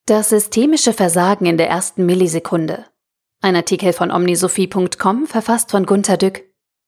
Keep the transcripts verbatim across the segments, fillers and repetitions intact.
Das systemische Versagen in der ersten Millisekunde. Ein Artikel von omnisophie punkt com, verfasst von Gunter Dück.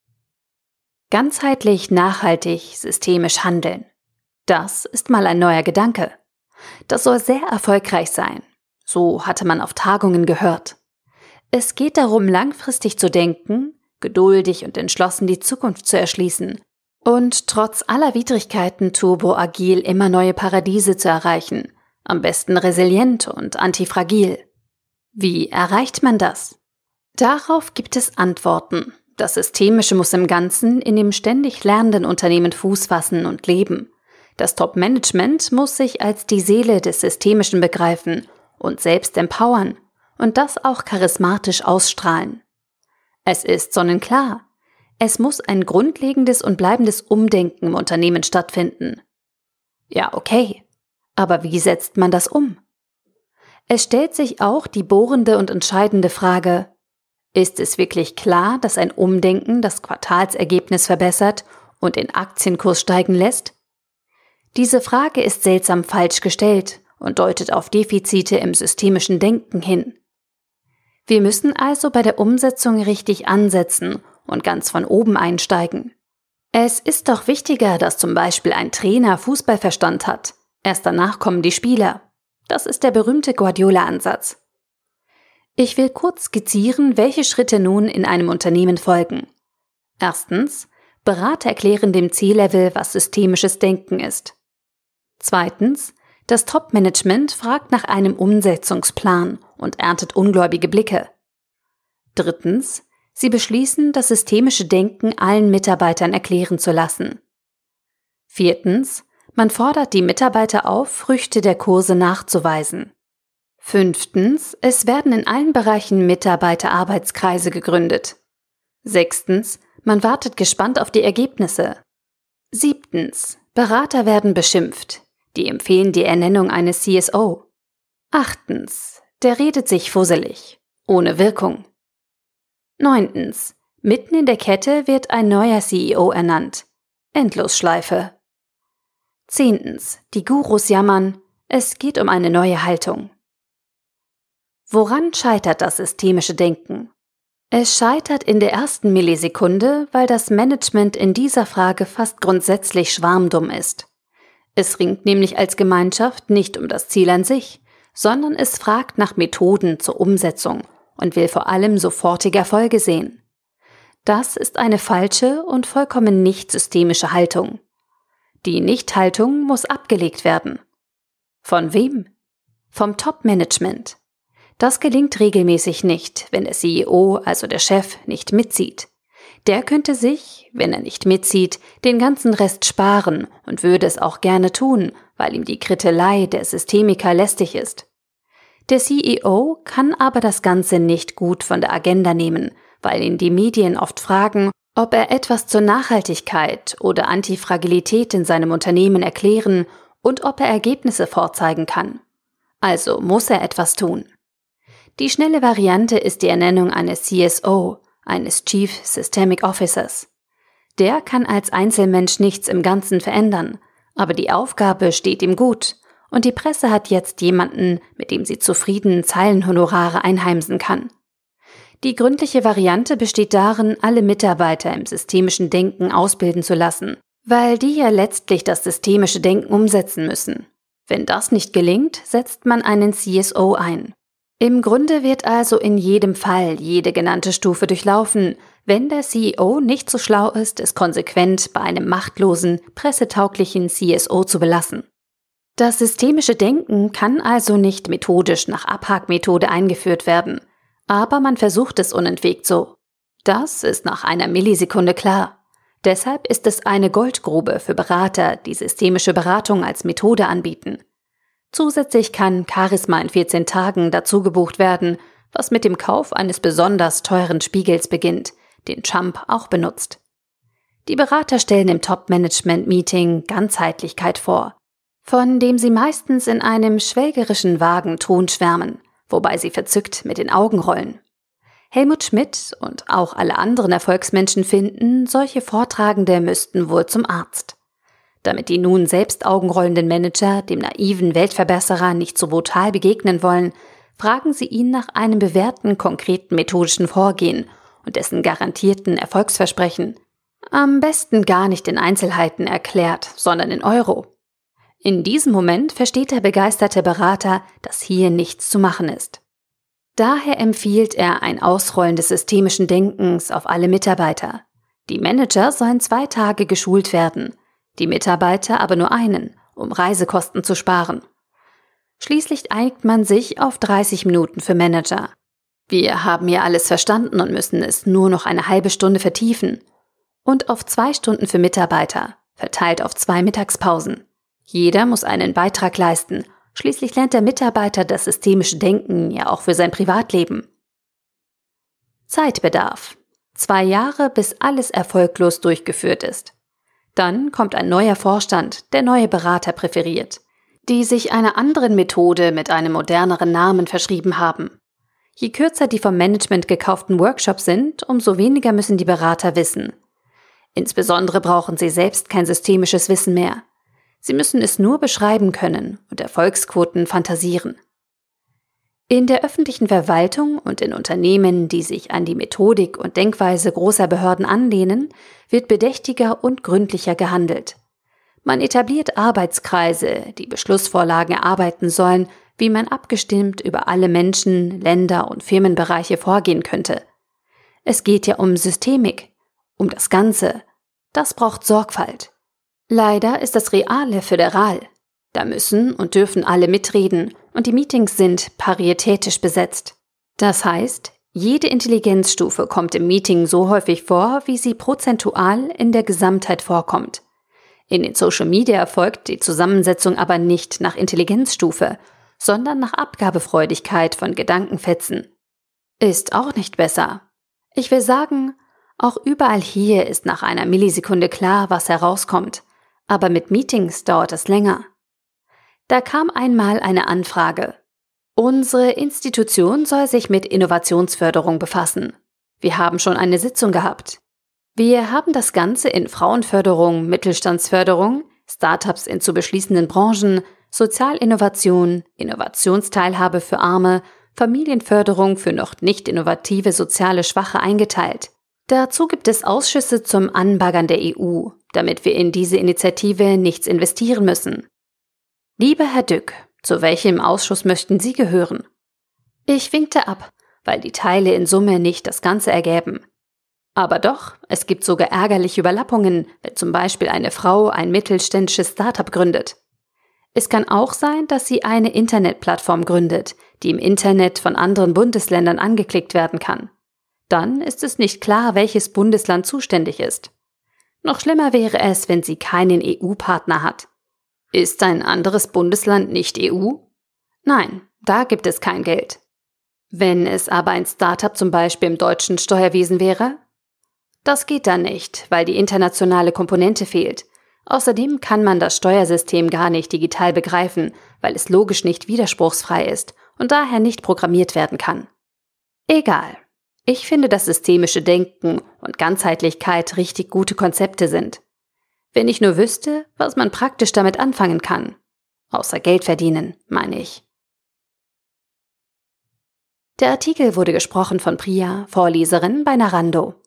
Ganzheitlich, nachhaltig, systemisch handeln. Das ist mal ein neuer Gedanke. Das soll sehr erfolgreich sein. So hatte man auf Tagungen gehört. Es geht darum, langfristig zu denken, geduldig und entschlossen die Zukunft zu erschließen und trotz aller Widrigkeiten turboagil immer neue Paradiese zu erreichen. Am besten resilient und antifragil. Wie erreicht man das? Darauf gibt es Antworten. Das Systemische muss im Ganzen in dem ständig lernenden Unternehmen Fuß fassen und leben. Das Top-Management muss sich als die Seele des Systemischen begreifen und selbst empowern und das auch charismatisch ausstrahlen. Es ist sonnenklar. Es muss ein grundlegendes und bleibendes Umdenken im Unternehmen stattfinden. Ja, okay. Aber wie setzt man das um? Es stellt sich auch die bohrende und entscheidende Frage: Ist es wirklich klar, dass ein Umdenken das Quartalsergebnis verbessert und den Aktienkurs steigen lässt? Diese Frage ist seltsam falsch gestellt und deutet auf Defizite im systemischen Denken hin. Wir müssen also bei der Umsetzung richtig ansetzen und ganz von oben einsteigen. Es ist doch wichtiger, dass zum Beispiel ein Trainer Fußballverstand hat. Erst danach kommen die Spieler. Das ist der berühmte Guardiola-Ansatz. Ich will kurz skizzieren, welche Schritte nun in einem Unternehmen folgen. Erstens, Berater erklären dem C-Level, was systemisches Denken ist. Zweitens, das Top-Management fragt nach einem Umsetzungsplan und erntet ungläubige Blicke. Drittens, sie beschließen, das systemische Denken allen Mitarbeitern erklären zu lassen. Viertens, man fordert die Mitarbeiter auf, Früchte der Kurse nachzuweisen. Fünftens, es werden in allen Bereichen Mitarbeiterarbeitskreise gegründet. Sechstens, man wartet gespannt auf die Ergebnisse. Siebtens, Berater werden beschimpft. Die empfehlen die Ernennung eines C S O. Achtens, der redet sich fusselig. Ohne Wirkung. Neuntens, mitten in der Kette wird ein neuer C E O ernannt. Endlosschleife. Zehntens, die Gurus jammern, es geht um eine neue Haltung. Woran scheitert das systemische Denken? Es scheitert in der ersten Millisekunde, weil das Management in dieser Frage fast grundsätzlich schwarmdumm ist. Es ringt nämlich als Gemeinschaft nicht um das Ziel an sich, sondern es fragt nach Methoden zur Umsetzung und will vor allem sofortige Erfolge sehen. Das ist eine falsche und vollkommen nicht systemische Haltung. Die Nichthaltung muss abgelegt werden. Von wem? Vom Top-Management. Das gelingt regelmäßig nicht, wenn der C E O, also der Chef, nicht mitzieht. Der könnte sich, wenn er nicht mitzieht, den ganzen Rest sparen und würde es auch gerne tun, weil ihm die Krittelei der Systemiker lästig ist. Der C E O kann aber das Ganze nicht gut von der Agenda nehmen, weil ihn die Medien oft fragen, ob er etwas zur Nachhaltigkeit oder Antifragilität in seinem Unternehmen erklären und ob er Ergebnisse vorzeigen kann. Also muss er etwas tun. Die schnelle Variante ist die Ernennung eines C S O, eines Chief Systemic Officers. Der kann als Einzelmensch nichts im Ganzen verändern, aber die Aufgabe steht ihm gut und die Presse hat jetzt jemanden, mit dem sie zufrieden Zeilenhonorare einheimsen kann. Die gründliche Variante besteht darin, alle Mitarbeiter im systemischen Denken ausbilden zu lassen, weil die ja letztlich das systemische Denken umsetzen müssen. Wenn das nicht gelingt, setzt man einen C S O ein. Im Grunde wird also in jedem Fall jede genannte Stufe durchlaufen, wenn der C E O nicht so schlau ist, es konsequent bei einem machtlosen, pressetauglichen C S O zu belassen. Das systemische Denken kann also nicht methodisch nach Abhackmethode eingeführt werden, aber man versucht es unentwegt so. Das ist nach einer Millisekunde klar. Deshalb ist es eine Goldgrube für Berater, die systemische Beratung als Methode anbieten. Zusätzlich kann Charisma in vierzehn Tagen dazu gebucht werden, was mit dem Kauf eines besonders teuren Spiegels beginnt, den Trump auch benutzt. Die Berater stellen im Top-Management-Meeting Ganzheitlichkeit vor, von dem sie meistens in einem schwelgerischen vagen Ton schwärmen, wobei sie verzückt mit den Augen rollen. Helmut Schmidt und auch alle anderen Erfolgsmenschen finden, solche Vortragende müssten wohl zum Arzt. Damit die nun selbst augenrollenden Manager dem naiven Weltverbesserer nicht so brutal begegnen wollen, fragen sie ihn nach einem bewährten, konkreten methodischen Vorgehen und dessen garantierten Erfolgsversprechen. Am besten gar nicht in Einzelheiten erklärt, sondern in Euro. In diesem Moment versteht der begeisterte Berater, dass hier nichts zu machen ist. Daher empfiehlt er ein Ausrollen des systemischen Denkens auf alle Mitarbeiter. Die Manager sollen zwei Tage geschult werden, die Mitarbeiter aber nur einen, um Reisekosten zu sparen. Schließlich einigt man sich auf dreißig Minuten für Manager. Wir haben hier alles verstanden und müssen es nur noch eine halbe Stunde vertiefen. Und auf zwei Stunden für Mitarbeiter, verteilt auf zwei Mittagspausen. Jeder muss einen Beitrag leisten. Schließlich lernt der Mitarbeiter das systemische Denken ja auch für sein Privatleben. Zeitbedarf. Zwei Jahre, bis alles erfolglos durchgeführt ist. Dann kommt ein neuer Vorstand, der neue Berater präferiert, die sich einer anderen Methode mit einem moderneren Namen verschrieben haben. Je kürzer die vom Management gekauften Workshops sind, umso weniger müssen die Berater wissen. Insbesondere brauchen sie selbst kein systemisches Wissen mehr. Sie müssen es nur beschreiben können und Erfolgsquoten fantasieren. In der öffentlichen Verwaltung und in Unternehmen, die sich an die Methodik und Denkweise großer Behörden anlehnen, wird bedächtiger und gründlicher gehandelt. Man etabliert Arbeitskreise, die Beschlussvorlagen erarbeiten sollen, wie man abgestimmt über alle Menschen, Länder und Firmenbereiche vorgehen könnte. Es geht ja um Systemik, um das Ganze. Das braucht Sorgfalt. Leider ist das Reale föderal. Da müssen und dürfen alle mitreden und die Meetings sind paritätisch besetzt. Das heißt, jede Intelligenzstufe kommt im Meeting so häufig vor, wie sie prozentual in der Gesamtheit vorkommt. In den Social Media erfolgt die Zusammensetzung aber nicht nach Intelligenzstufe, sondern nach Abgabefreudigkeit von Gedankenfetzen. Ist auch nicht besser. Ich will sagen, auch überall hier ist nach einer Millisekunde klar, was herauskommt, aber mit Meetings dauert es länger. Da kam einmal eine Anfrage. Unsere Institution soll sich mit Innovationsförderung befassen. Wir haben schon eine Sitzung gehabt. Wir haben das Ganze in Frauenförderung, Mittelstandsförderung, Startups in zu beschließenden Branchen, Sozialinnovation, Innovationsteilhabe für Arme, Familienförderung für noch nicht innovative soziale Schwache eingeteilt. Dazu gibt es Ausschüsse zum Anbaggern der E U, damit wir in diese Initiative nichts investieren müssen. Lieber Herr Dück, zu welchem Ausschuss möchten Sie gehören? Ich winkte ab, weil die Teile in Summe nicht das Ganze ergäben. Aber doch, es gibt sogar ärgerliche Überlappungen, wenn zum Beispiel eine Frau ein mittelständisches Startup gründet. Es kann auch sein, dass sie eine Internetplattform gründet, die im Internet von anderen Bundesländern angeklickt werden kann. Dann ist es nicht klar, welches Bundesland zuständig ist. Noch schlimmer wäre es, wenn sie keinen E U-Partner hat. Ist ein anderes Bundesland nicht E U? Nein, da gibt es kein Geld. Wenn es aber ein Startup zum Beispiel im deutschen Steuerwesen wäre? Das geht dann nicht, weil die internationale Komponente fehlt. Außerdem kann man das Steuersystem gar nicht digital begreifen, weil es logisch nicht widerspruchsfrei ist und daher nicht programmiert werden kann. Egal. Ich finde, dass systemische Denken und Ganzheitlichkeit richtig gute Konzepte sind. Wenn ich nur wüsste, was man praktisch damit anfangen kann. Außer Geld verdienen, meine ich. Der Artikel wurde gesprochen von Priya, Vorleserin bei Narando.